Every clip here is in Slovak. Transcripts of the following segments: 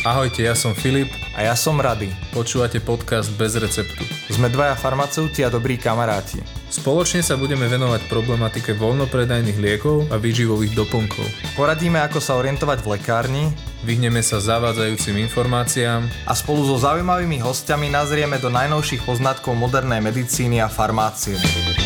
Ahojte, ja som Filip. A ja som Rady. Počúvate podcast Bez receptu. Sme dvaja farmaceuti a dobrí kamaráti. Spoločne sa budeme venovať problematike voľnopredajných liekov a výživových doplnkov. Poradíme, ako sa orientovať v lekárni, vyhneme sa zavádzajúcim informáciám a spolu so zaujímavými hostiami nazrieme do najnovších poznatkov modernej medicíny a farmácie.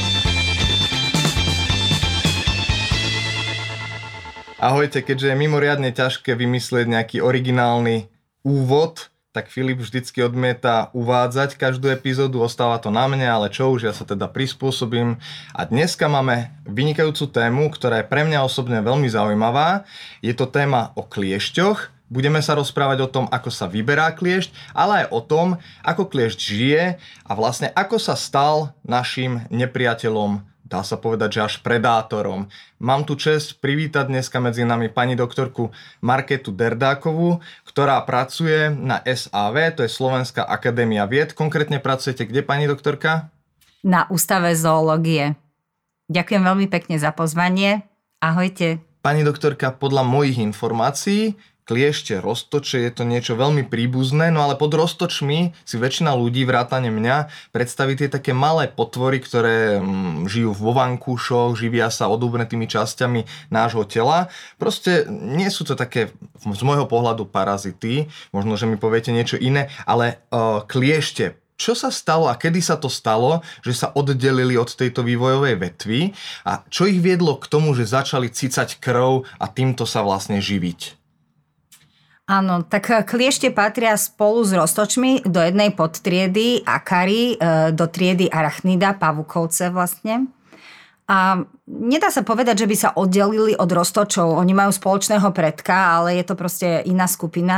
Ahojte, keďže je mimoriadne ťažké vymyslieť nejaký originálny úvod, tak Filip vždycky odmieta uvádzať každú epizódu, ostáva to na mne, ale čo už, ja sa teda prispôsobím. A dneska máme vynikajúcu tému, ktorá je pre mňa osobne veľmi zaujímavá. Je to téma o kliešťoch. Budeme sa rozprávať o tom, ako sa vyberá kliešť, ale aj o tom, ako kliešť žije a vlastne ako sa stal našim nepriateľom, dá sa povedať, že až predátorom. Mám tu česť privítať dneska medzi nami pani doktorku Markétu Derdákovú, ktorá pracuje na SAV, to je Slovenská akadémia vied. Konkrétne pracujete kde, pani doktorka? Na Ústave zoológie. Ďakujem veľmi pekne za pozvanie. Ahojte. Pani doktorka, podľa mojich informácií kliešte, roztoče, je to niečo veľmi príbuzné, no ale pod roztočmi si väčšina ľudí, vrátane mňa, predstaví tie také malé potvory, ktoré žijú vo vankúšoch, živia sa odúbnetými časťami nášho tela. Proste nie sú to také, z môjho pohľadu, parazity, možno, že mi poviete niečo iné, ale kliešte. Čo sa stalo a kedy sa to stalo, že sa oddelili od tejto vývojovej vetvy a čo ich viedlo k tomu, že začali cicať krv a týmto sa vlastne živiť? Áno, tak kliešte patria spolu s roztočmi do jednej podtriedy akary, do triedy arachnida, pavukovce vlastne. A nedá sa povedať, že by sa oddelili od roztočov. Oni majú spoločného predka, ale je to proste iná skupina.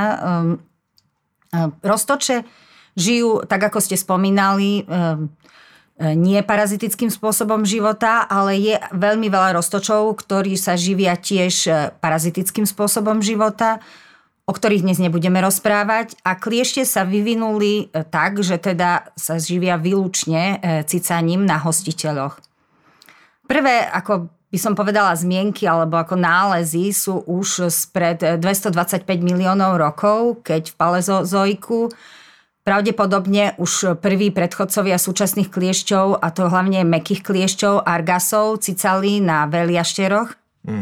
Roztoče žijú, tak ako ste spomínali, nie parazitickým spôsobom života, ale je veľmi veľa roztočov, ktorí sa živia tiež parazitickým spôsobom života, o ktorých dnes nebudeme rozprávať. A kliešte sa vyvinuli tak, že teda sa živia výlučne cicaním na hostiteľoch. Prvé, ako by som povedala, zmienky alebo ako nálezy sú už spred 225 miliónov rokov, keď v paleozoiku pravdepodobne už prví predchodcovia súčasných kliešťov, a to hlavne mäkkých kliešťov, argasov, cicali na veliašteroch.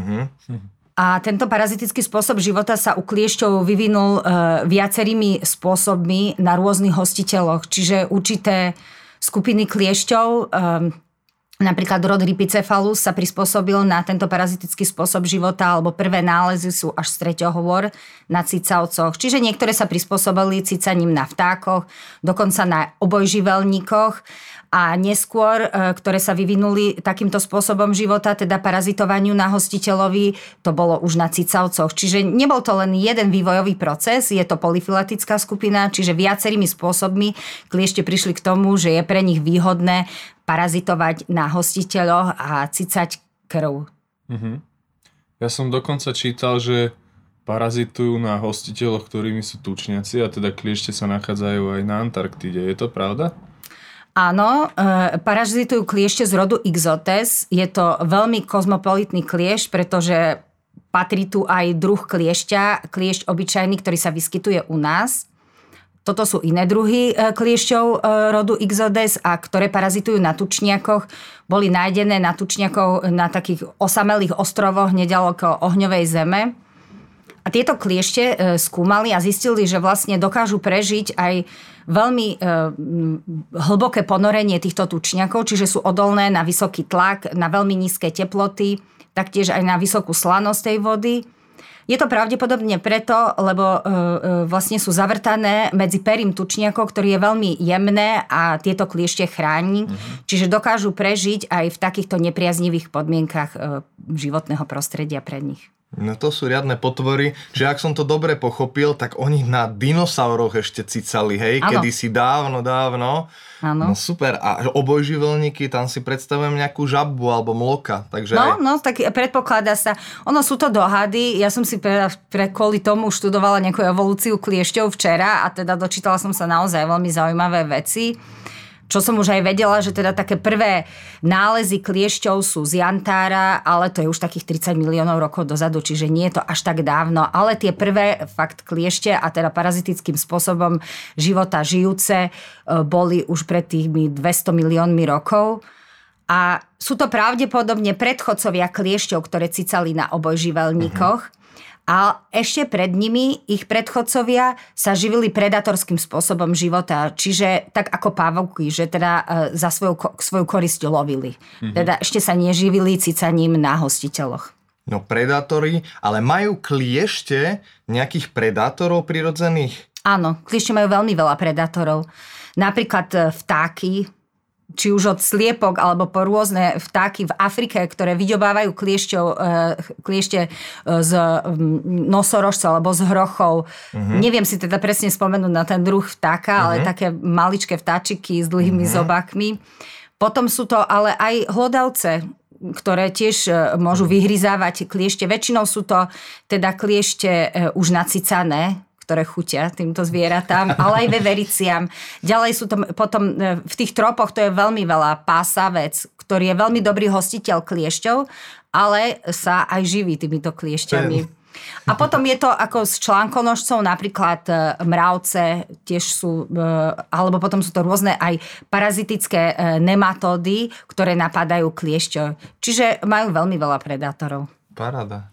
A tento parazitický spôsob života sa u kliešťov vyvinul viacerými spôsobmi na rôznych hostiteľoch. Čiže určité skupiny kliešťov, napríklad rod Rhipicephalus, sa prispôsobil na tento parazitický spôsob života, alebo prvé nálezy sú až z treťohôr na cicavcoch. Čiže niektoré sa prispôsobili cicaním na vtákoch, dokonca na obojživelníkoch. A neskôr, ktoré sa vyvinuli takýmto spôsobom života, teda parazitovaniu na hostiteľovi, to bolo už na cicavcoch. Čiže nebol to len jeden vývojový proces, je to polyfilatická skupina, čiže viacerými spôsobmi kliešte prišli k tomu, že je pre nich výhodné parazitovať na hostiteľoch a cicať krv. Ja som dokonca čítal, že parazitujú na hostiteľoch, ktorými sú tučniaci, a teda kliešte sa nachádzajú aj na Antarktide. Je to pravda? Áno, parazitujú kliešte z rodu Ixodes. Je to veľmi kozmopolitný kliešť, pretože patrí tu aj druh kliešťa, kliešť obyčajný, ktorý sa vyskytuje u nás. Toto sú iné druhy kliešťov rodu Ixodes, a ktoré parazitujú na tučniakoch. Boli nájdené na tučniakov na takých osamelých ostrovoch neďaleko ohňovej zeme. A tieto kliešte skúmali a zistili, že vlastne dokážu prežiť aj veľmi hlboké ponorenie týchto tučniakov, čiže sú odolné na vysoký tlak, na veľmi nízke teploty, taktiež aj na vysokú slanosť tej vody. Je to pravdepodobne preto, lebo vlastne sú zavrtané medzi perím tučniakov, ktorý je veľmi jemné a tieto kliešte chráni. Čiže dokážu prežiť aj v takýchto nepriaznivých podmienkach životného prostredia pre nich. No to sú riadne potvory, že ak som to dobre pochopil, tak oni na dinosauroch ešte cicali, hej? Ano. Kedysi dávno. Áno. No super. A obojživelníky, tam si predstavujem nejakú žabu alebo mloka. Takže No, tak predpokladá sa. Ono sú to dohady. Ja som si kvôli tomu študovala nejakú evolúciu kliešťov včera a teda dočítala som sa naozaj veľmi zaujímavé veci. Čo som už aj vedela, že teda také prvé nálezy kliešťov sú z jantára, ale to je už takých 30 miliónov rokov dozadu, čiže nie je to až tak dávno. Ale tie prvé fakt kliešte a teda parazitickým spôsobom života žijúce boli už pred tými 200 miliónmi rokov. A sú to pravdepodobne predchodcovia kliešťov, ktoré cicali na obojživelníkoch. A ešte pred nimi ich predchodcovia sa živili predatorským spôsobom života. Čiže tak ako pavouky, že teda za svoju korisť lovili. Teda ešte sa neživili cicaním na hostiteľoch. No predátori, ale majú kliešte nejakých predátorov prirodzených? Áno, kliešte majú veľmi veľa predátorov. Napríklad vtáky, či už od sliepok, alebo po rôzne vtáky v Afrike, ktoré vyďobávajú kliešte z nosorožca alebo z hrochov. Neviem si teda presne spomenúť na ten druh vtáka, ale také maličké vtáčiky s dlhými zobákmi. Potom sú to ale aj hlodavce, ktoré tiež môžu vyhryzávať kliešte. Väčšinou sú to teda kliešte už nacicané, ktoré chutia týmto zvieratám, ale aj vevericiam. Ďalej sú to potom v tých tropoch, to je veľmi veľa pásavec, ktorý je veľmi dobrý hostiteľ kliešťov, ale sa aj živí týmito kliešťami. A potom je to ako s článkonožcov, napríklad mravce tiež sú, alebo potom sú to rôzne aj parazitické nematódy, ktoré napadajú kliešťov. Čiže majú veľmi veľa predátorov. Paráda.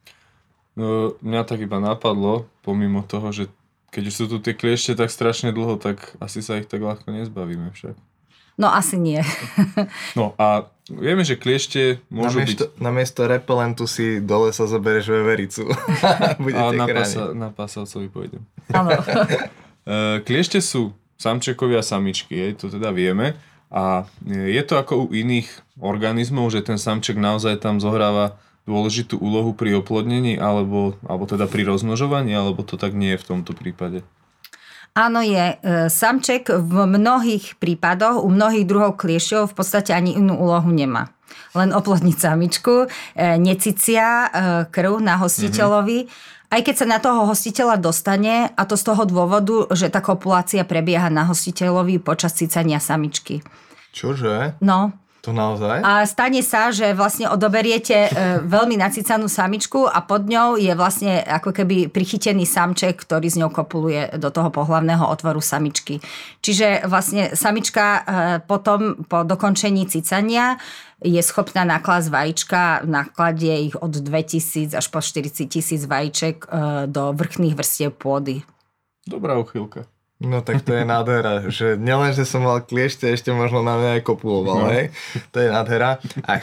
No, mňa tak iba napadlo, pomimo toho, že keď už sú tu tie kliešte tak strašne dlho, tak asi sa ich tak ľahko nezbavíme však. No asi nie. No a vieme, že kliešte môžu byť... Namiesto repelentu si do lesa zoberieš vevericu. A na pásavcovi pôjdem. Áno. Kliešte sú samčekovia a samičky, to teda vieme. A je to ako u iných organizmov, že ten samček naozaj tam zohráva dôležitú úlohu pri oplodnení alebo teda pri rozmnožovaní, alebo to tak nie je v tomto prípade? Áno, je. Samček v mnohých prípadoch, u mnohých druhov kliešťov v podstate ani inú úlohu nemá. Len oplodniť samičku, necicia krv na hostiteľovi. Aj keď sa na toho hostiteľa dostane, a to z toho dôvodu, že tá kopulácia prebieha na hostiteľovi počas cicania samičky. Čože? No. To naozaj? A stane sa, že vlastne odoberiete veľmi nacicanú samičku a pod ňou je vlastne ako keby prichytený samček, ktorý z ňou kopuluje do toho pohlavného otvoru samičky. Čiže vlastne samička potom po dokončení cicania je schopná naklásť vajíčka, nakladie ich od 2000 až po 40 000 vajíček do vrchných vrstiev pôdy. Dobrá uchylka. No tak to je nádhera, že nielen, že som mal kliešte, ešte možno na mňa aj kopuloval, hej? To je nádhera. A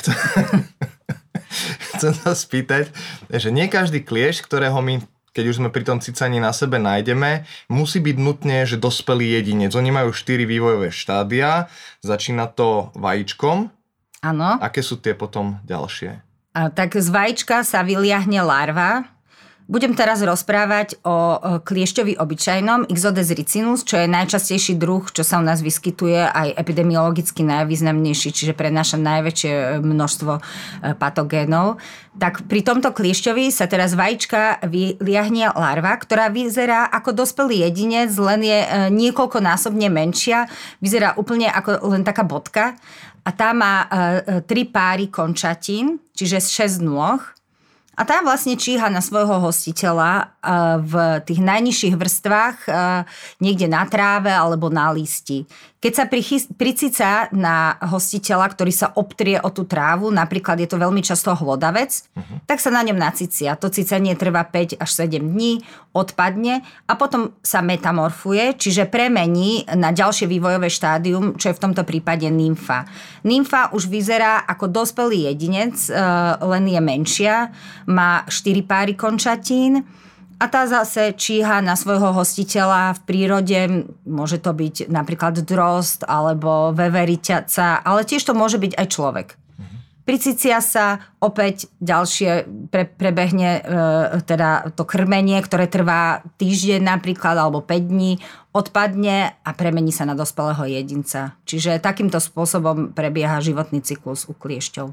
chcem sa spýtať, že nie každý kliešť, ktorého my, keď už sme pri tom cicaní na sebe nájdeme, musí byť nutne, že dospelý jedinec. Oni majú 4 vývojové štádia, začína to vajíčkom. Áno. Aké sú tie potom ďalšie? Tak z vajíčka sa vyliahne larva. Budem teraz rozprávať o kliešťovi obyčajnom Ixodes ricinus, čo je najčastejší druh, čo sa u nás vyskytuje, aj epidemiologicky najvýznamnejší, čiže prenáša najväčšie množstvo patogénov. Tak pri tomto kliešťovi sa teraz vajíčka vyliahne larva, ktorá vyzerá ako dospelý jedinec, len je niekoľkonásobne menšia, vyzerá úplne ako len taká bodka a tá má 3 páry končatín, čiže 6 nôh. A tá vlastne číha na svojho hostiteľa v tých najnižších vrstvách, niekde na tráve alebo na lísti. Keď sa pricíca na hostiteľa, ktorý sa obtrie o tú trávu, napríklad je to veľmi často hlodavec, tak sa na ňom nacicia. To cicanie trvá 5 až 7 dní, odpadne a potom sa metamorfuje, čiže premení na ďalšie vývojové štádium, čo je v tomto prípade nymfa. Nymfa už vyzerá ako dospelý jedinec, len je menšia, má 4 páry končatín a tá zase číha na svojho hostiteľa v prírode. Môže to byť napríklad drozd alebo veveriťaca, ale tiež to môže byť aj človek. Pricícia sa, opäť ďalšie prebehne teda to krmenie, ktoré trvá týždeň napríklad alebo 5 dní, odpadne a premení sa na dospelého jedinca. Čiže takýmto spôsobom prebieha životný cyklus u kliešťov.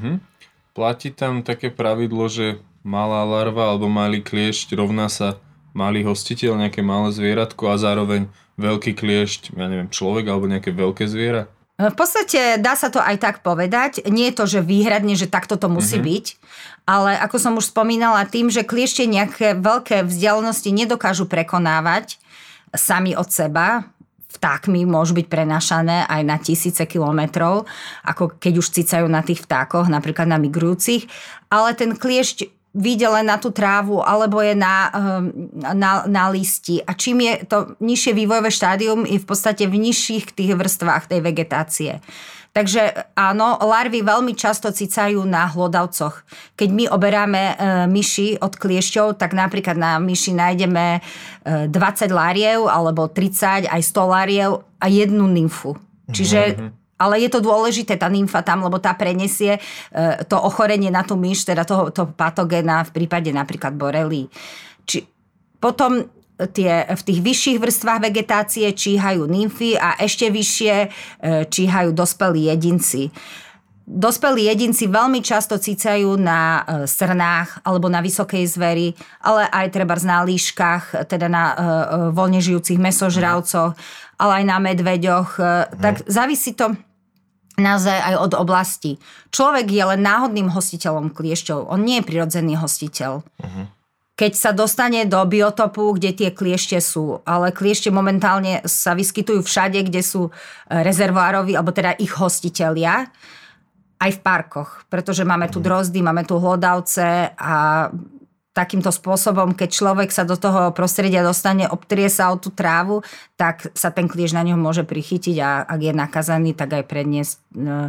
Platí tam také pravidlo, že malá larva alebo malý kliešť rovná sa malý hostiteľ, nejaké malé zvieratko a zároveň veľký kliešť, ja neviem, človek alebo nejaké veľké zviera? V podstate dá sa to aj tak povedať. Nie je to, že výhradne, že takto to musí byť, ale ako som už spomínala, tým, že kliešte nejaké veľké vzdialenosti nedokážu prekonávať sami od seba, vtákmi môžu byť prenášané aj na tisíce kilometrov, ako keď už cicajú na tých vtákoch, napríklad na migrujúcich, ale ten kliešť vyjde len na tú trávu, alebo je na listi. A čím je to nižšie vývojové štádium, je v podstate v nižších tých vrstvách tej vegetácie. Takže áno, larvy veľmi často cicajú na hlodavcoch. Keď my oberáme myši od kliešťov, tak napríklad na myši nájdeme 20 láriev, alebo 30, aj 100 láriev a jednu nymfu. Čiže ale je to dôležité, tá nymfa tam, lebo tá prenesie to ochorenie na tú myš, teda toho patogéna v prípade napríklad borelí. Potom v tých vyšších vrstvách vegetácie číhajú nymfy a ešte vyššie číhajú dospelí jedinci. Dospelí jedinci veľmi často cicajú na srnách alebo na vysokej zveri, ale aj trebárs na líškach, teda na voľne žijúcich mäsožravcoch, ale aj na medveďoch. Tak závisí to naozaj aj od oblasti. Človek je len náhodným hostiteľom kliešťov. On nie je prirodzený hostiteľ. Keď sa dostane do biotopu, kde tie kliešte sú, ale kliešte momentálne sa vyskytujú všade, kde sú rezervoároví, alebo teda ich hostitelia, aj v parkoch, pretože máme tu drozdy, máme tu hlodavce a takýmto spôsobom, keď človek sa do toho prostredia dostane, obtrie sa o tú trávu, tak sa ten kliešť na ňo môže prichytiť a ak je nakazaný, tak aj predniesť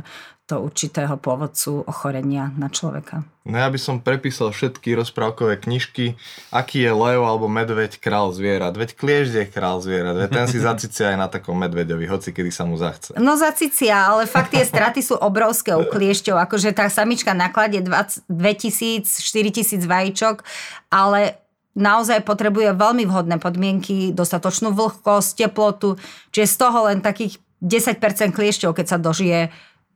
to určitého pôvodcu ochorenia na človeka. No ja by som prepísal všetky rozprávkové knižky, aký je lev alebo medveď král zvierat. Veď kliešť je král zvierat, veď ten si zacicia aj na takom medveďovi, hoci kedy sa mu zachce. No zacicia, ale fakt tie straty sú obrovské u kliešťov, akože tá samička nakladie 2000, 4000 vajíčok, ale naozaj potrebuje veľmi vhodné podmienky, dostatočnú vlhkosť, teplotu, čiže z toho len takých 10% kliešťov, keď sa dožije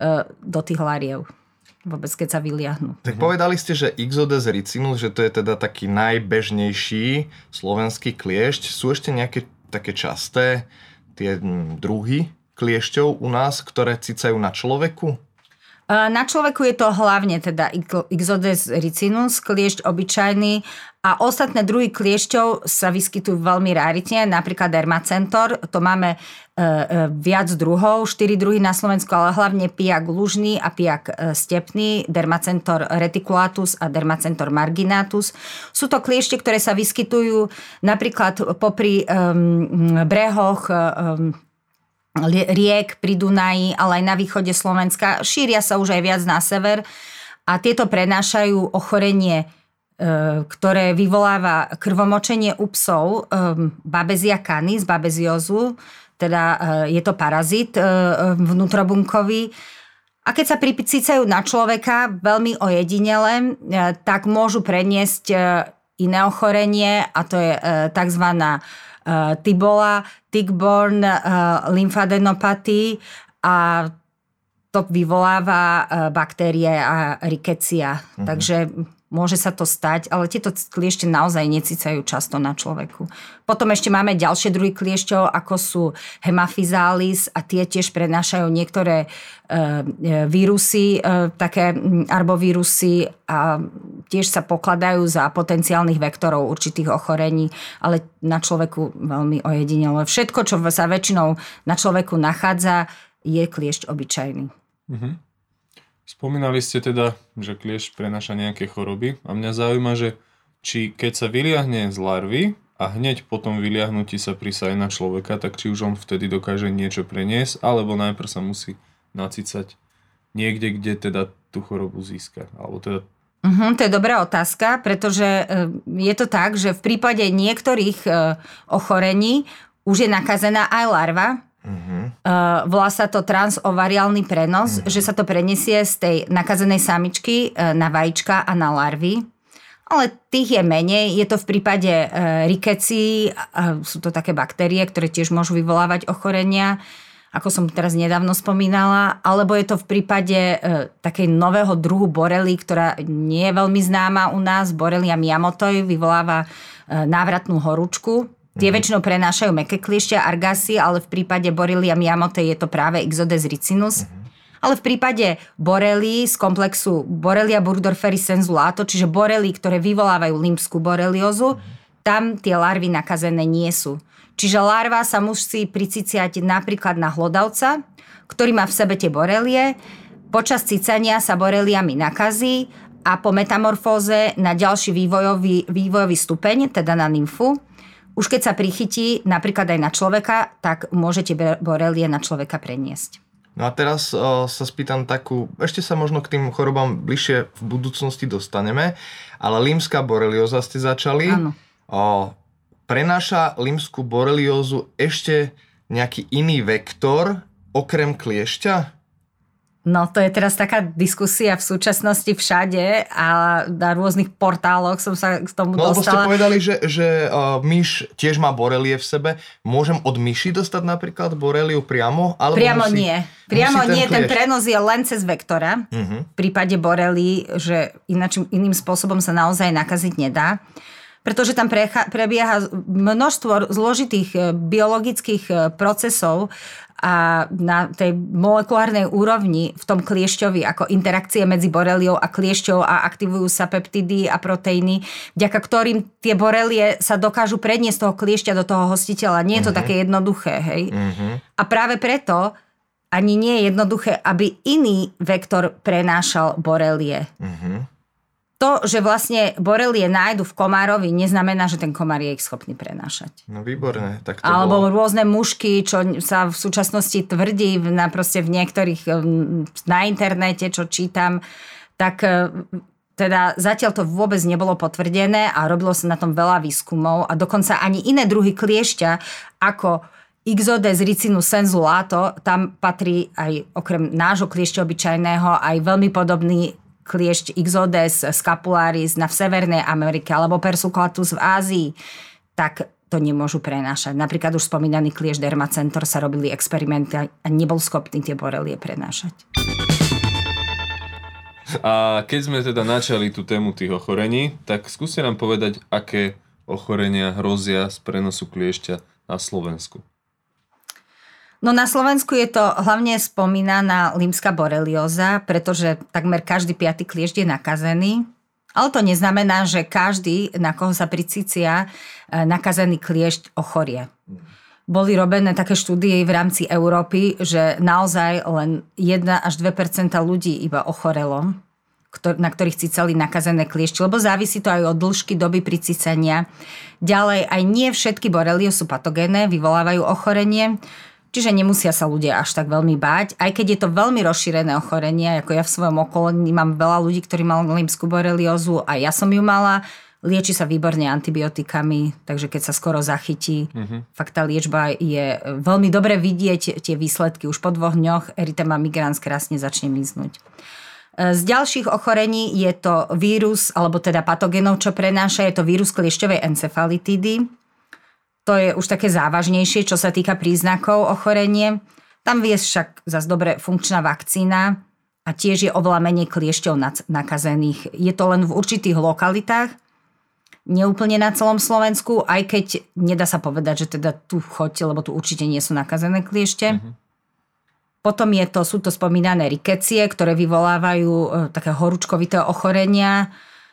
do tých lariev. Vôbec, keď sa vyliahnú. Tak povedali ste, že Ixodes ricinus, že to je teda taký najbežnejší slovenský kliešť. Sú ešte nejaké také časté tie druhy kliešťov u nás, ktoré cicajú na človeku? Na človeku je to hlavne teda Ixodes ricinus, kliešť obyčajný, a ostatné druhy kliešťov sa vyskytujú veľmi raritne, napríklad Dermacentor, to máme viac druhov, 4 druhy na Slovensku, ale hlavne pijak lužný a pijak stepný, Dermacentor reticulatus a Dermacentor marginatus. Sú to kliešte, ktoré sa vyskytujú napríklad popri brehoch riek pri Dunaji, ale aj na východe Slovenska. Šíria sa už aj viac na sever a tieto prenášajú ochorenie, ktoré vyvoláva krvomočenie u psov, Babesia canis, babeziozu, teda je to parazit vnútrobunkový. A keď sa pricícajú na človeka veľmi ojedinele, tak môžu preniesť iné ochorenie, a to je takzvaná Tibola, tick-borne lymphadenopatii, a to vyvoláva baktérie a rickettsia. Takže môže sa to stať, ale tieto kliešte naozaj necicajú často na človeku. Potom ešte máme ďalšie druhy kliešťov, ako sú hemaphysalis, a tie tiež prenášajú niektoré vírusy, také arbovírusy, a tiež sa pokladajú za potenciálnych vektorov určitých ochorení, ale na človeku veľmi ojedinele. Všetko, čo sa väčšinou na človeku nachádza, je kliešť obyčajný. Spomínali ste teda, že kliešť prenáša nejaké choroby, a mňa zaujíma, že či keď sa vyliahne z larvy a hneď po tom vyliahnutí sa prisaje na človeka, tak či už on vtedy dokáže niečo preniesť, alebo najprv sa musí nacicať niekde, kde teda tú chorobu získa. Alebo teda... To je dobrá otázka, pretože je to tak, že v prípade niektorých ochorení už je nakazená aj larva. Volá sa to transovariálny prenos, že sa to prenesie z tej nakazenej samičky na vajíčka a na larvy. Ale tých je menej. Je to v prípade rickettsia, sú to také baktérie, ktoré tiež môžu vyvolávať ochorenia. ako som teraz nedávno spomínala, alebo je to v prípade takej nového druhu borely, ktorá nie je veľmi známa u nás. Borrelia miyamotoi vyvoláva návratnú horúčku. Tie väčšinou prenášajú mäkké kliešte argasy, ale v prípade Borrelia miyamotoi je to práve Ixodes ricinus. Ale v prípade borelí z komplexu Borrelia burgdorferi sensulato, čiže borely, ktoré vyvolávajú lymskú boreliózu, tam tie larvy nakazené nie sú. Čiže larva sa musí priciciať napríklad na hlodavca, ktorý má v sebe tie borelie. Počas cicania sa boreliami nakazí a po metamorfóze na ďalší vývojový stupeň, teda na nymfu, už keď sa prichytí napríklad aj na človeka, tak môžete borelie na človeka preniesť. No a teraz sa spýtam takú, ešte sa možno k tým chorobám bližšie v budúcnosti dostaneme, ale lymská borelióza ste začali. Áno. Prenáša lymskú boreliózu ešte nejaký iný vektor okrem kliešťa? No to je teraz taká diskusia v súčasnosti všade a na rôznych portáloch som sa k tomu dostala. No lebo ste povedali, že myš tiež má borelie v sebe. Môžem od myši dostať napríklad boreliu priamo? Alebo priamo nie. Priamo nie, ten kliešť? Prenos je len cez vektora. V prípade borelí, že iným spôsobom sa naozaj nakaziť nedá. Pretože tam prebieha množstvo zložitých biologických procesov a na tej molekulárnej úrovni v tom kliešťovi, ako interakcie medzi boreliou a kliešťou a aktivujú sa peptidy a proteíny, vďaka ktorým tie borelie sa dokážu predniesť z toho kliešťa do toho hostiteľa. Nie je to také jednoduché, hej? A práve preto ani nie je jednoduché, aby iný vektor prenášal borelie. To, že vlastne borelie nájdu v komárovi, neznamená, že ten komár je ich schopný prenášať. No výborné. Tak to alebo rôzne mušky, čo sa v súčasnosti tvrdí v niektorých na internete, čo čítam, tak teda zatiaľ to vôbec nebolo potvrdené a robilo sa na tom veľa výskumov a dokonca ani iné druhy kliešťa ako Ixodes ricinus sensulato, tam patrí aj okrem nášho kliešťa obyčajného aj veľmi podobný kliešť Ixodes scapularis v Severnej Amerike alebo Persiculatus v Ázii, tak to nemôžu prenášať. Napríklad už spomínaný kliešť Dermacentor sa robili experimenty a nebol schopný tie borelie prenášať. A keď sme teda načali tú tému tých ochorení, tak skúste nám povedať, aké ochorenia hrozia z prenosu kliešťa na Slovensku. No na Slovensku je to hlavne spomínaná lymská borelióza, pretože takmer každý 5. kliešť je nakazený. Ale to neznamená, že každý, na koho sa pricícia nakazený kliešť, ochorie. Boli robené také štúdie v rámci Európy, že naozaj len 1 až 2% ľudí iba ochorelo, na ktorých cicali nakazené kliešte, lebo závisí to aj od dĺžky doby pricícania. Ďalej, aj nie všetky borelie sú patogénne, vyvolávajú ochorenie. Čiže nemusia sa ľudia až tak veľmi báť. Aj keď je to veľmi rozšírené ochorenie, ako ja v svojom okolí mám veľa ľudí, ktorí mali lymskú boreliózu a ja som ju mala. Lieči sa výborne antibiotikami, takže keď sa skoro zachytí, fakt tá liečba je veľmi dobre vidieť tie výsledky. Už po 2 dňoch erythema migrans krásne začne miznúť. Z ďalších ochorení je to vírus, alebo teda patogénov, čo prenáša, je to vírus kliešťovej encefalitídy. To je už také závažnejšie, čo sa týka príznakov ochorenie. Tam vie však zase dobre funkčná vakcína a tiež je oveľa menej kliešťov nakazených. Je to len v určitých lokalitách, neúplne na celom Slovensku, aj keď nedá sa povedať, že teda tu choďte, lebo tu určite nie sú nakazené kliešte. Potom sú to spomínané rikecie, ktoré vyvolávajú také horúčkovité ochorenia.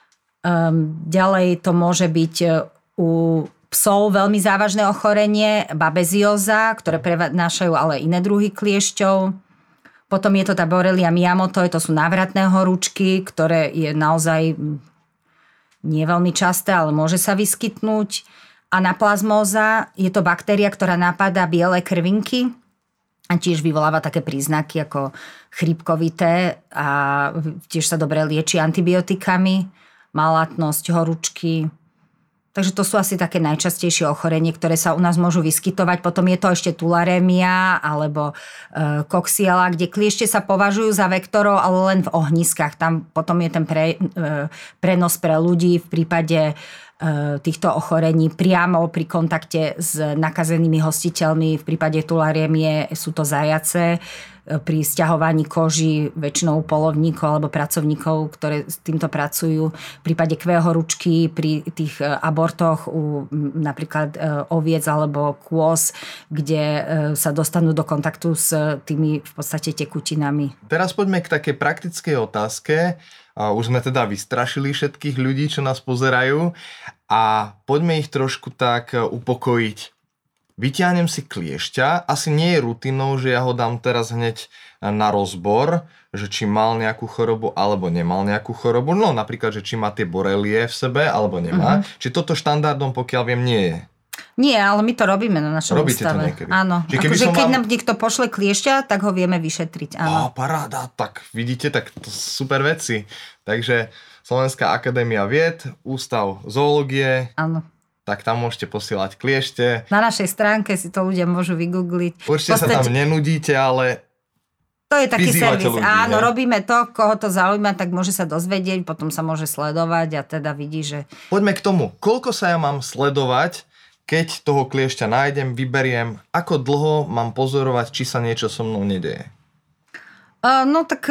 Ďalej to môže byť u psov veľmi závažné ochorenie, babezióza, ktoré prenášajú ale iné druhy kliešťov. Potom je to tá Borrelia miyamotoi, to sú návratné horúčky, ktoré je naozaj nie veľmi časté, ale môže sa vyskytnúť. Anaplazmóza je to baktéria, ktorá napadá biele krvinky a tiež vyvoláva také príznaky ako chrípkovité a tiež sa dobre lieči antibiotikami, malátnosť, horúčky. Takže to sú asi také najčastejšie ochorenie, ktoré sa u nás môžu vyskytovať. Potom je to ešte tularémia alebo koxiela, kde kliešte sa považujú za vektorov, ale len v ohniskách. Tam potom je ten prenos pre ľudí v prípade týchto ochorení priamo pri kontakte s nakazenými hostiteľmi. V prípade tuláriemie sú to zajace, pri sťahovaní koži väčšinou polovníkov alebo pracovníkov, ktoré s týmto pracujú. V prípade kvehorúčky, pri tých abortoch u napríklad oviec alebo kôz, kde sa dostanú do kontaktu s tými v podstate tekutinami. Teraz poďme k takej praktickej otázke. Už sme teda vystrašili všetkých ľudí, čo nás pozerajú, a poďme ich trošku tak upokojiť. Vyťahnem si kliešťa, asi nie je rutinou, že ja ho dám teraz hneď na rozbor, že či mal nejakú chorobu alebo nemal nejakú chorobu. No napríklad, že či má tie borelie v sebe alebo nemá. Či toto štandardom, pokiaľ viem, nie je. Nie, ale my to robíme na našom Robíte ústave. To niekedy? Áno. Akože keď nám niekto pošle kliešťa, tak ho vieme vyšetriť. Áno. Paráda, tak vidíte, tak to super veci. Takže Slovenská akadémia vied, Ústav zoológie. Áno. Tak tam môžete posielať kliešte. Na našej stránke si to ľudia môžu vygoogliť. Určite sa tam nenudíte, ale to je taký servis. Ľudí, áno, robíme to, koho to zaujíma, tak môže sa dozvedieť, potom sa môže sledovať a teda vidí, že... Poďme k tomu. Koľko sa ja mám sledovať, keď toho kliešťa nájdem, vyberiem, ako dlho mám pozorovať, či sa niečo so mnou nedeje? No tak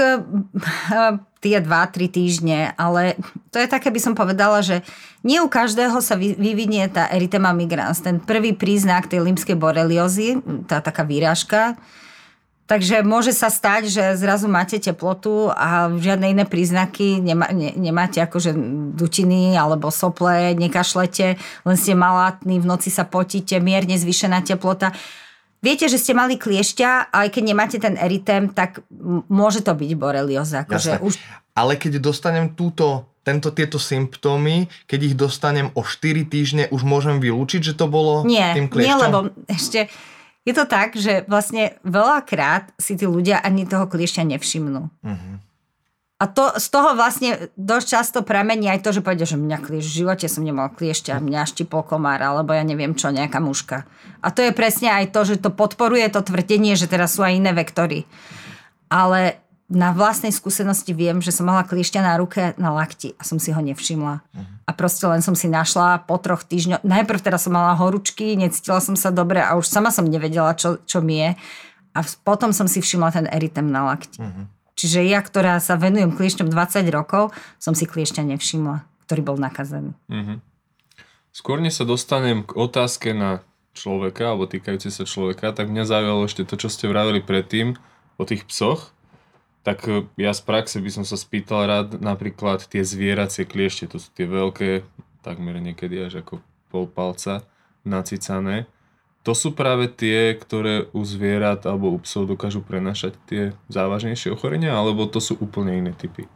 tie 2-3 týždne, ale to je také, by som povedala, že nie u každého sa vyvinie tá erythema migrans, ten prvý príznak tej lymskej boreliózy, tá taká výražka. Takže môže sa stať, že zrazu máte teplotu a žiadne iné príznaky nemáte, akože dutiny alebo sople, nekašlete, len ste malátni, v noci sa potíte, mierne zvýšená teplota. Viete, že ste mali kliešťa, ale keď nemáte ten erytém, tak môže to byť borelióza. Akože už... Ale keď dostanem tieto symptómy, keď ich dostanem o 4 týždne, už môžem vylúčiť, že to bolo tým kliešťom? Nie, lebo ešte je to tak, že vlastne veľakrát si tí ľudia ani toho kliešťa nevšimnú. Uh-huh. A z toho vlastne dosť často pramení aj to, že povedia, že mňa kliešť, v živote som nemal kliešťa, mňa štipol komár, alebo ja neviem čo, nejaká muška. A to je presne aj to, že to podporuje to tvrdenie, že teraz sú aj iné vektory. Ale na vlastnej skúsenosti viem, že som mala kliešťa na ruke, na lakti a som si ho nevšimla. A proste len som si našla po 3 týždňoch. Najprv teraz som mala horúčky, necítila som sa dobre a už sama som nevedela, čo mi je. A potom som si všimla ten erytem na lakti. Čiže ja, ktorá sa venujem kliešťom 20 rokov, som si kliešťa nevšimla, ktorý bol nakazený. Skôr než sa dostanem k otázke na človeka, alebo týkajúce sa človeka, tak mňa zaujalo ešte to, čo ste vravili predtým o tých psoch. Tak ja z praxe by som sa spýtal rád napríklad tie zvieracie kliešte, to sú tie veľké, takmer niekedy až ako pol palca, nacicané. To sú práve tie, ktoré u zvierat alebo u psov dokážu prenášať tie závažnejšie ochorenia, alebo to sú úplne iné typy?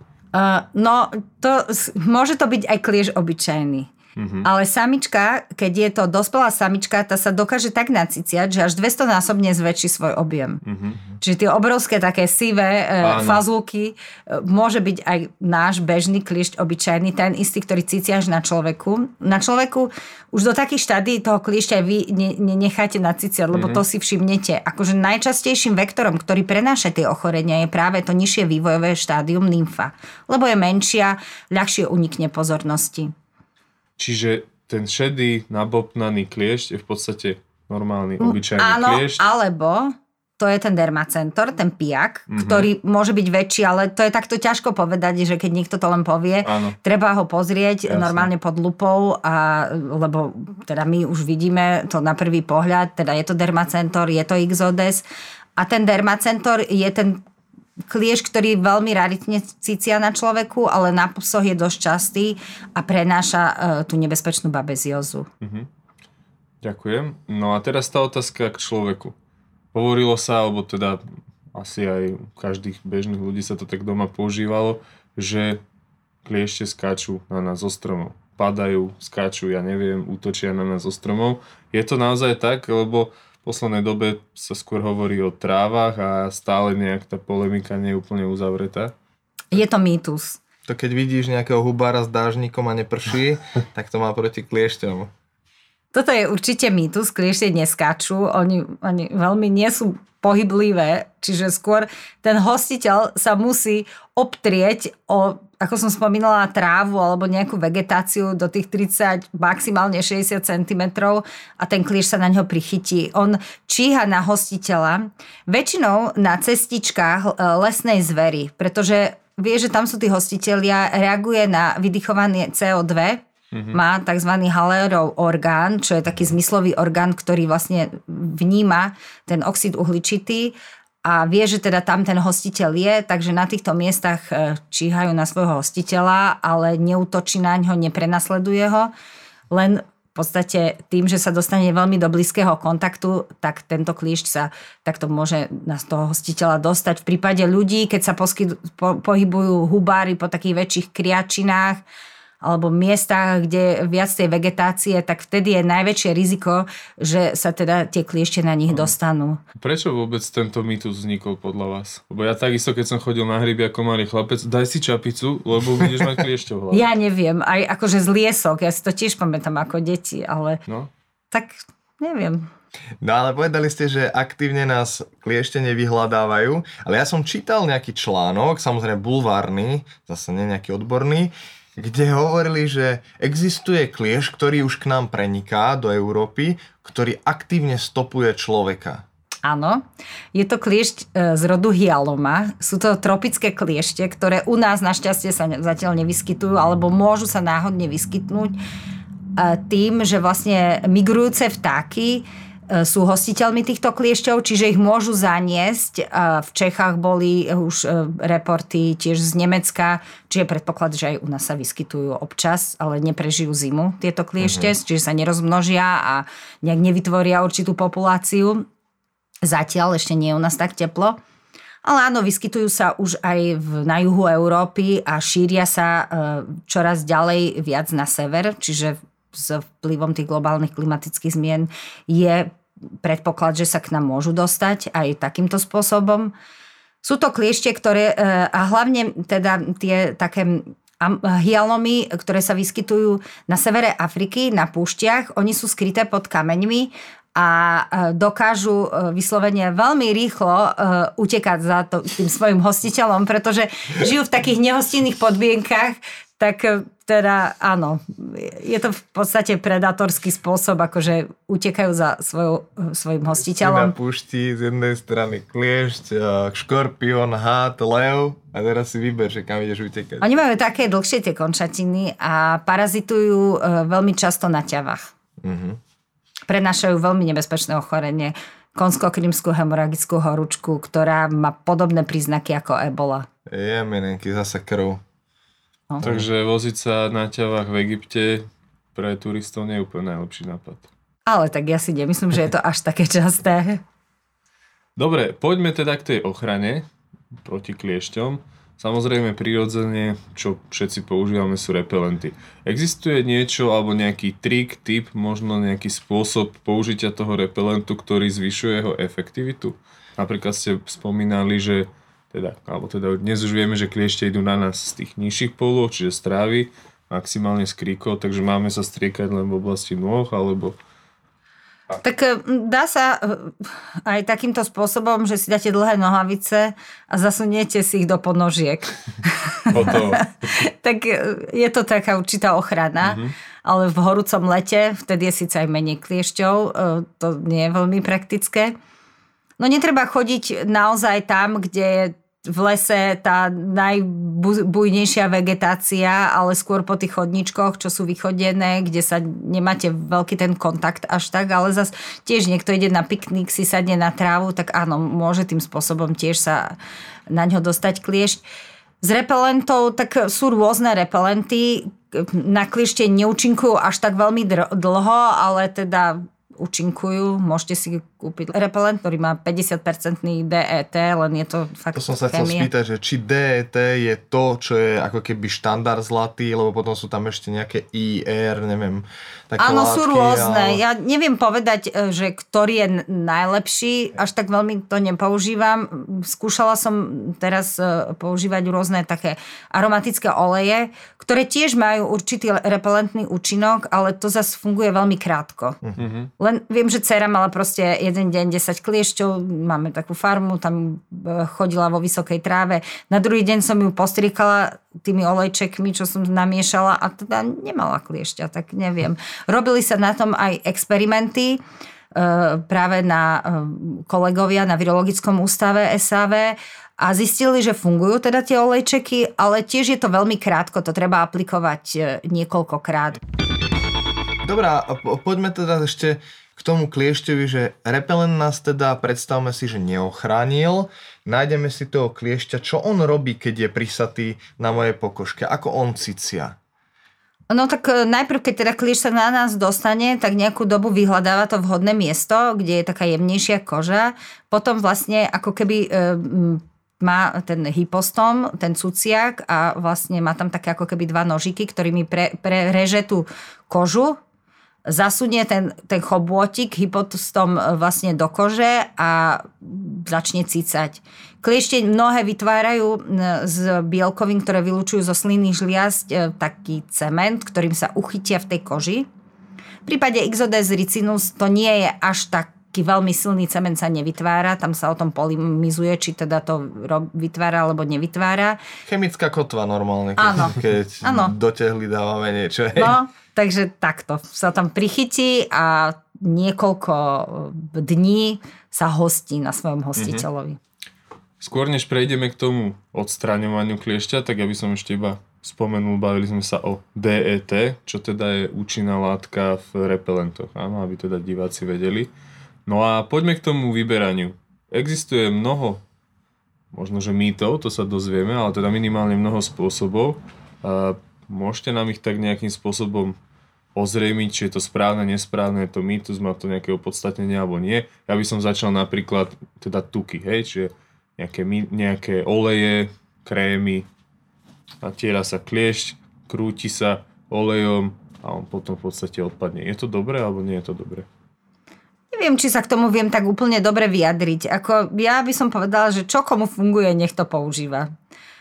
Môže to byť aj kliešť obyčajný. Ale samička, keď je to dospelá samička, tá sa dokáže tak naciciať, že až 200-násobne zväčší svoj objem. Čiže tie obrovské také sivé fazulky môže byť aj náš bežný kliešť obyčajný, ten istý, ktorý cicia až na človeku. Na človeku už do takých štádí toho kliešťa vy necháte naciciať, lebo to si všimnete. Akože najčastejším vektorom, ktorý prenáša tie ochorenia, je práve to nižšie vývojové štádium nymfa. Lebo je menšia, ľahšie unikne pozornosti. Čiže ten šedý, nabobtnaný kliešť je v podstate normálny, obyčajný kliešť? Áno, alebo to je ten dermacentor, ten pijak, ktorý môže byť väčší, ale to je takto ťažko povedať, že keď niekto to len povie, treba ho pozrieť normálne pod lupou, lebo teda my už vidíme to na prvý pohľad, teda je to dermacentor, je to Ixodes a ten dermacentor je ten kliešť, ktorý veľmi raritne cícia na človeku, ale na psoch je dosť častý a prenáša tú nebezpečnú babeziózu. Ďakujem. No a teraz tá otázka k človeku. Hovorilo sa, alebo teda asi aj u každých bežných ľudí sa to tak doma používalo, že kliešte skáču na nás zo stromov. Padajú, skáču, ja neviem, útočia na nás zo stromov. Je to naozaj tak, lebo v poslednej dobe sa skôr hovorí o trávach a stále nejak tá polemika nie je úplne uzavretá. Je to mýtus. To keď vidíš nejakého hubára s dážnikom a neprší, tak to má proti kliešťom. Toto je určite mýtus, kliešte neskáču, oni veľmi nie sú pohyblivé, čiže skôr ten hostiteľ sa musí obtrieť o, ako som spomínala, trávu alebo nejakú vegetáciu do tých 30, maximálne 60 cm a ten kliešť sa na ňo prichytí. On číha na hostiteľa, väčšinou na cestičkách lesnej zvery, pretože vie, že tam sú tí hostitelia, reaguje na vydychované CO2, má tzv. Hallerov orgán, čo je taký zmyslový orgán, ktorý vlastne vníma ten oxid uhličitý a vie, že teda tam ten hostiteľ je, takže na týchto miestach číhajú na svojho hostiteľa, ale neútočí na ňo, neprenasleduje ho, len v podstate tým, že sa dostane veľmi do blízkeho kontaktu, tak tento kliešť sa takto môže na toho hostiteľa dostať. V prípade ľudí, keď sa pohybujú hubári po takých väčších kriačinách, alebo miestach, kde viac tej vegetácie, tak vtedy je najväčšie riziko, že sa teda tie kliešte na nich dostanú. Prečo vôbec tento mýtus vznikol podľa vás? Lebo ja takisto, keď som chodil na hryby ako malý chlapec, daj si čapicu, lebo budeš mať kliešťov v hlave. Ja neviem, aj akože z liesok, ja si to tiež pamätám ako deti, ale tak neviem. No ale povedali ste, že aktívne nás kliešte nevyhľadávajú, ale ja som čítal nejaký článok, samozrejme bulvárny, zase nie nejaký odborný, kde hovorili, že existuje kliešť, ktorý už k nám preniká do Európy, ktorý aktívne stopuje človeka. Áno, je to kliešť z rodu Hyaloma. Sú to tropické kliešte, ktoré u nás našťastie sa zatiaľ nevyskytujú, alebo môžu sa náhodne vyskytnúť tým, že vlastne migrujúce vtáky sú hostiteľmi týchto kliešťov, čiže ich môžu zaniesť. V Čechách boli už reporty tiež z Nemecka, čiže predpoklad, že aj u nás sa vyskytujú občas, ale neprežijú zimu tieto kliešte, čiže sa nerozmnožia a nejak nevytvoria určitú populáciu. Zatiaľ ešte nie je u nás tak teplo. Ale áno, vyskytujú sa už aj na juhu Európy a šíria sa čoraz ďalej viac na sever, čiže s vplyvom tých globálnych klimatických zmien je predpoklad, že sa k nám môžu dostať aj takýmto spôsobom. Sú to kliešte, ktoré, a hlavne teda tie také hyalomy, ktoré sa vyskytujú na severe Afriky, na púštiach, oni sú skryté pod kameňmi a dokážu vyslovene veľmi rýchlo utekať za tým svojim hostiteľom, pretože žijú v takých nehostinných podmienkach, tak teda áno, je to v podstate predátorský spôsob, akože utekajú za svojim hostiteľom. Si na púšti z jednej strany kliešť, škorpión, had, lev a teraz si vyber, že kam ideš utekať. Oni majú také dlhšie tie končatiny a parazitujú veľmi často na ťavách. Prenášajú veľmi nebezpečné ochorenie, konsko-krymskú hemoragickú horúčku, ktorá má podobné príznaky ako ebola. Jemenenky, zasa krv. Takže voziť sa na ťavách v Egypte pre turistov nie je úplne najlepší nápad. Ale tak ja si nemyslím, že je to až také časté. Dobre, poďme teda k tej ochrane proti kliešťom. Samozrejme, prirodzene, čo všetci používame, sú repelenty. Existuje niečo alebo nejaký trik, tip, možno nejaký spôsob použitia toho repelentu, ktorý zvyšuje jeho efektivitu? Napríklad ste spomínali, že teda dnes už vieme, že kliešte idú na nás z tých nižších polov, čiže z trávy, maximálne z kríkov, takže máme sa striekať len v oblasti nôh, alebo... Tak dá sa aj takýmto spôsobom, že si dáte dlhé nohavice a zasuniete si ich do podnožiek. Tak je to taká určitá ochrana, ale v horúcom lete, vtedy je síce aj menej kliešťov, to nie je veľmi praktické. No netreba chodiť naozaj tam, kde je v lese tá najbujnejšia vegetácia, ale skôr po tých chodničkoch, čo sú vychodené, kde sa nemáte veľký ten kontakt až tak, ale zase tiež niekto ide na piknik, si sadne na trávu, tak áno, môže tým spôsobom tiež sa na ňo dostať kliešť. Z repelentov, tak sú rôzne repelenty, na kliešte neúčinkujú až tak veľmi dlho, ale teda účinkujú. Môžete si kúpiť repelent, ktorý má 50% DET, len je to fakt To som sa chcel spýtať, že či DET je to, čo je ako keby štandard zlatý, lebo potom sú tam ešte nejaké IR, neviem, také áno, látky. sú rôzne. Ja neviem povedať, že ktorý je najlepší, až tak veľmi to nepoužívam. Skúšala som teraz používať rôzne také aromatické oleje, ktoré tiež majú určitý repelentný účinok, ale to zase funguje veľmi krátko. Len viem, že dcera mala proste jeden deň 10 kliešťov, máme takú farmu, tam chodila vo vysokej tráve. Na druhý deň som ju postriekala tými olejčekmi, čo som namiešala a teda nemala kliešťa, tak neviem. Robili sa na tom aj experimenty, práve na kolegovia na Virologickom ústave SAV a zistili, že fungujú teda tie olejčeky, ale tiež je to veľmi krátko, to treba aplikovať niekoľkokrát. Dobrá, poďme teda ešte k tomu kliešťovi, že repelent nás teda, predstavme si, že neochránil. Nájdeme si toho kliešťa, čo on robí, keď je prisatý na mojej pokožke, ako on cicia. No tak najprv, keď teda kliešť sa na nás dostane, tak nejakú dobu vyhľadáva to vhodné miesto, kde je taká jemnejšia koža. Potom vlastne ako keby má ten hypostom, ten cuciak a vlastne má tam také ako keby dva nožiky, ktorými prereže tú kožu, zasunie ten chobôtik hypostom vlastne do kože a začne cicať. Kliešte mnohé vytvárajú z bielkovín, ktoré vylučujú zo slinných žliazd taký cement, ktorým sa uchytia v tej koži. V prípade Ixodes ricinus to nie je až taký veľmi silný cement sa nevytvára, tam sa o tom polemizuje, či teda to vytvára alebo nevytvára. Chemická kotva normálne, keď do tehly dávame niečo. No, takže takto sa tam prichytí a niekoľko dní sa hostí na svojom hostiteľovi. Skôr než prejdeme k tomu odstraňovaniu kliešťa, tak ja by som ešte iba spomenul, bavili sme sa o DET, čo teda je účinná látka v repelentoch, áno, aby teda diváci vedeli. No a poďme k tomu vyberaniu. Existuje mnoho, možno že mýtov, to sa dozvieme, ale teda minimálne mnoho spôsobov. Môžete nám ich tak nejakým spôsobom ozrejmiť, či je to správne, nesprávne, je to mýtus, má to nejaké opodstatnenie alebo nie. Ja by som začal napríklad teda tuky, hej, čiže nejaké oleje, krémy, natiera sa kliešť, krúti sa olejom a on potom v podstate odpadne. Je to dobré alebo nie je to dobré? Neviem, či sa k tomu viem tak úplne dobre vyjadriť. Ja by som povedala, že čo komu funguje, nech to používa.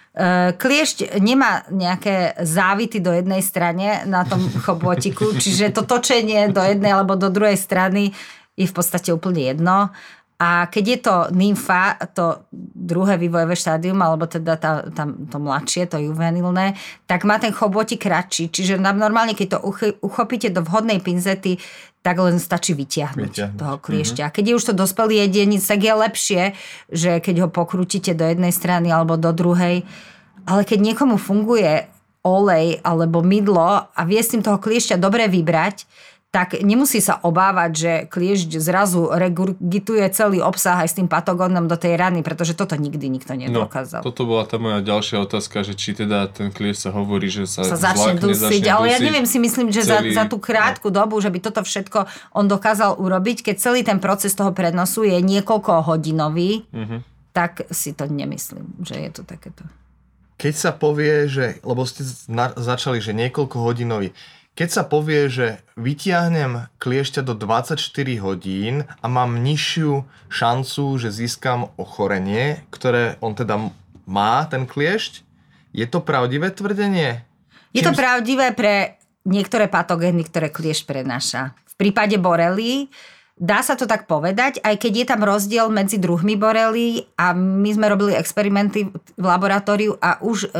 Kliešť nemá nejaké závity do jednej strane na tom chobôtiku, čiže to točenie do jednej alebo do druhej strany je v podstate úplne jedno. A keď je to nymfa, to druhé vývojové štádium, alebo teda to mladšie, to juvenilné, tak má ten chobôtik kratší. Čiže normálne, keď to uchopíte do vhodnej pinzety, tak len stačí vytiahnuť toho kliešťa. Keď je už to dospelý jedinec, tak je lepšie, že keď ho pokrútite do jednej strany alebo do druhej. Ale keď niekomu funguje olej alebo mydlo a vie s tým toho kliešťa dobre vybrať, tak nemusí sa obávať, že kliešť zrazu regurgituje celý obsah aj s tým patogónom do tej rany, pretože toto nikdy nikto nedokázal. No, toto bola tá moja ďalšia otázka, že či teda ten kliešť sa hovorí, že sa začne dusiť. Ale ja neviem, si myslím, že za tú krátku dobu, že by toto všetko on dokázal urobiť, keď celý ten proces toho prenosu je niekoľko hodinový, tak si to nemyslím, že je to takéto. Keď sa povie, že, lebo ste začali, že niekoľko hodinový, keď sa povie, že vytiahnem kliešťa do 24 hodín a mám nižšiu šancu, že získam ochorenie, ktoré on teda má, ten kliešť, je to pravdivé tvrdenie? Je to pravdivé pre niektoré patogény, ktoré kliešť prenáša. V prípade borelí dá sa to tak povedať, aj keď je tam rozdiel medzi druhmi borelí a my sme robili experimenty v laboratóriu a už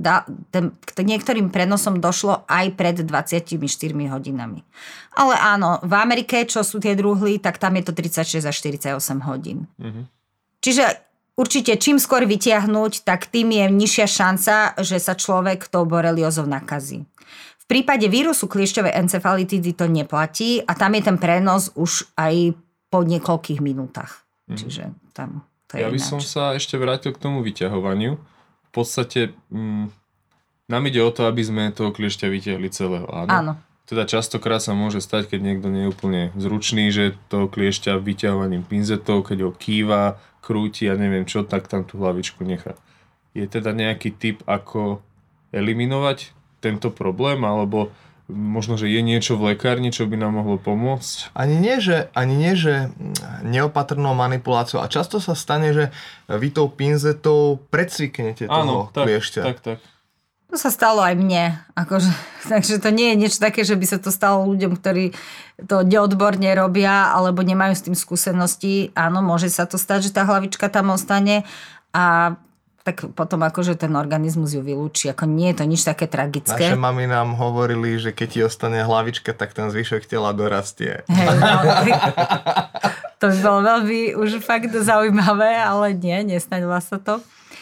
k niektorým prenosom došlo aj pred 24 hodinami. Ale áno, v Amerike, čo sú tie druhy, tak tam je to 36 až 48 hodín. Čiže určite čím skôr vytiahnuť, tak tým je nižšia šanca, že sa človek tou boreliózou nakazí. V prípade vírusu kliešťovej encefalitidy to neplatí a tam je ten prenos už aj po niekoľkých minútach. Čiže tam to je Ja by som sa ešte vrátil k tomu vyťahovaniu. V podstate nám ide o to, aby sme toho kliešťa vytiahli celého, áno? Áno. Teda častokrát sa môže stať, keď niekto nie je úplne zručný, že to kliešťa vyťahovaním pinzetov, keď ho kýva, krúti a neviem čo, tak tam tú hlavičku nechá. Je teda nejaký tip, ako eliminovať tento problém, alebo možno, že je niečo v lekárni, čo by nám mohlo pomôcť? Ani nie, že neopatrnou manipuláciou. A často sa stane, že vy tou pinzetou predsviknete toho kliešťa. Tak. To sa stalo aj mne. Takže to nie je niečo také, že by sa to stalo ľuďom, ktorí to neodborne robia alebo nemajú s tým skúsenosti. Áno, môže sa to stať, že tá hlavička tam ostane a tak potom akože ten organizmus ju vylúči. Ako nie je to nič také tragické. Naše mami nám hovorili, že keď ti ostane hlavička, tak ten zvyšok tela dorastie. Hej, no, to by bolo veľmi už fakt zaujímavé, ale nestalo sa to.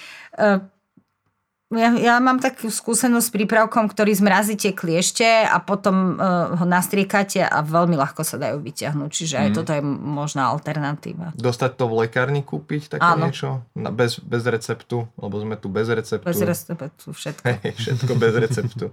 Ja mám takú skúsenosť s prípravkom, ktorý zmrazíte kliešte a potom ho nastriekate a veľmi ľahko sa dajú vyťahnuť. Čiže aj toto je možná alternatíva. Dostať to v lekárni kúpiť, také niečo? Bez receptu? Lebo sme tu bez receptu. Bez receptu, všetko. Všetko bez receptu.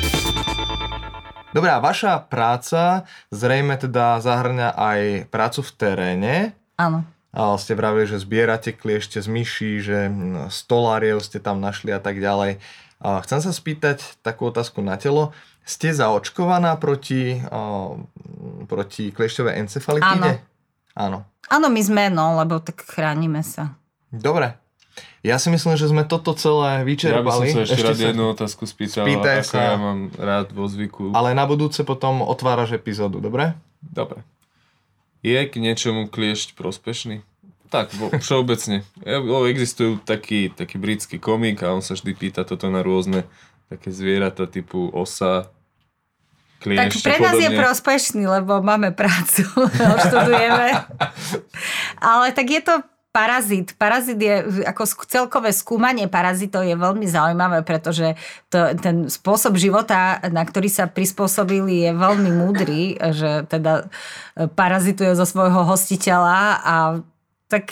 Dobre, a vaša práca zrejme teda zahrňa aj prácu v teréne. Áno. A ste vravili, že zbierate kliešte z myší, že stoláriev ste tam našli a tak ďalej. A chcem sa spýtať takú otázku na telo. Ste zaočkovaná proti kliešťovej encefalitíde? Áno. Áno, my sme, lebo tak chránime sa. Dobre. Ja si myslím, že sme toto celé vyčerpali. Ja by som sa ešte rád jednu otázku spýtal, ako ja mám rád vo zvyku. Ale na budúce potom otváraš epizódu, dobre? Dobre. Je k niečomu kliešť prospešný? Tak, všeobecne. Existujú taký britský komik a on sa vždy pýta toto na rôzne také zvieratá typu osa, kliešť. Tak pre nás je prospešný, lebo máme prácu, študujeme. Ale tak je to parazit. Parazit je, ako celkové skúmanie parazitov je veľmi zaujímavé, pretože ten spôsob života, na ktorý sa prispôsobili, je veľmi múdry, že teda parazituje zo svojho hostiteľa a tak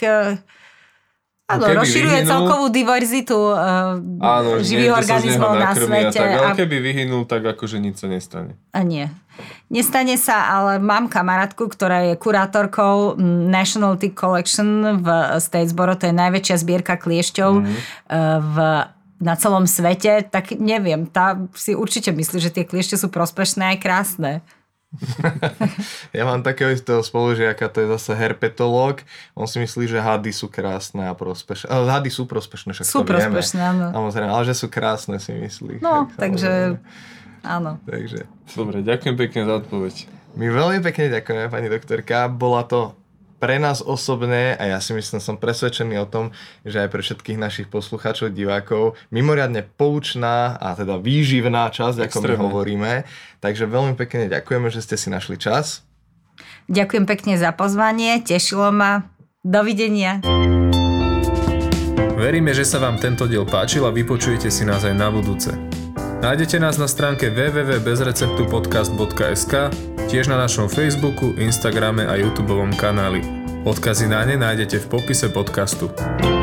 rozširuje celkovú diverzitu živých organizmov na svete. Ale keby vyhynul, tak akože nič sa nestane. A nie. Nestane sa, ale mám kamarátku, ktorá je kurátorkou National Tick Collection v Statesboro, to je najväčšia zbierka kliešťov na celom svete, tak neviem, tá si určite myslí, že tie kliešte sú prospešné aj krásne. Ja mám takého istého spolužiaka, to je zase herpetológ. On si myslí, že hady sú krásne a prospešné. Hady sú prospešné, však sú to vieme. Prospešné, áno. Samozrejme, ale že sú krásne, si myslí. No, takže áno. Takže. Dobre, ďakujem pekne za odpoveď. My veľmi pekne ďakujeme, pani doktorka. Bola to pre nás osobne, a ja si myslím, som presvedčený o tom, že aj pre všetkých našich poslucháčov, divákov, mimoriadne poučná a teda výživná časť, ako my hovoríme. Takže veľmi pekne ďakujeme, že ste si našli čas. Ďakujem pekne za pozvanie, tešilo ma. Dovidenia. Veríme, že sa vám tento diel páčil a vypočujete si nás aj na budúce. Nájdete nás na stránke www.bezreceptupodcast.sk, tiež na našom Facebooku, Instagrame a YouTubeovom kanáli. Odkazy na ne nájdete v popise podcastu.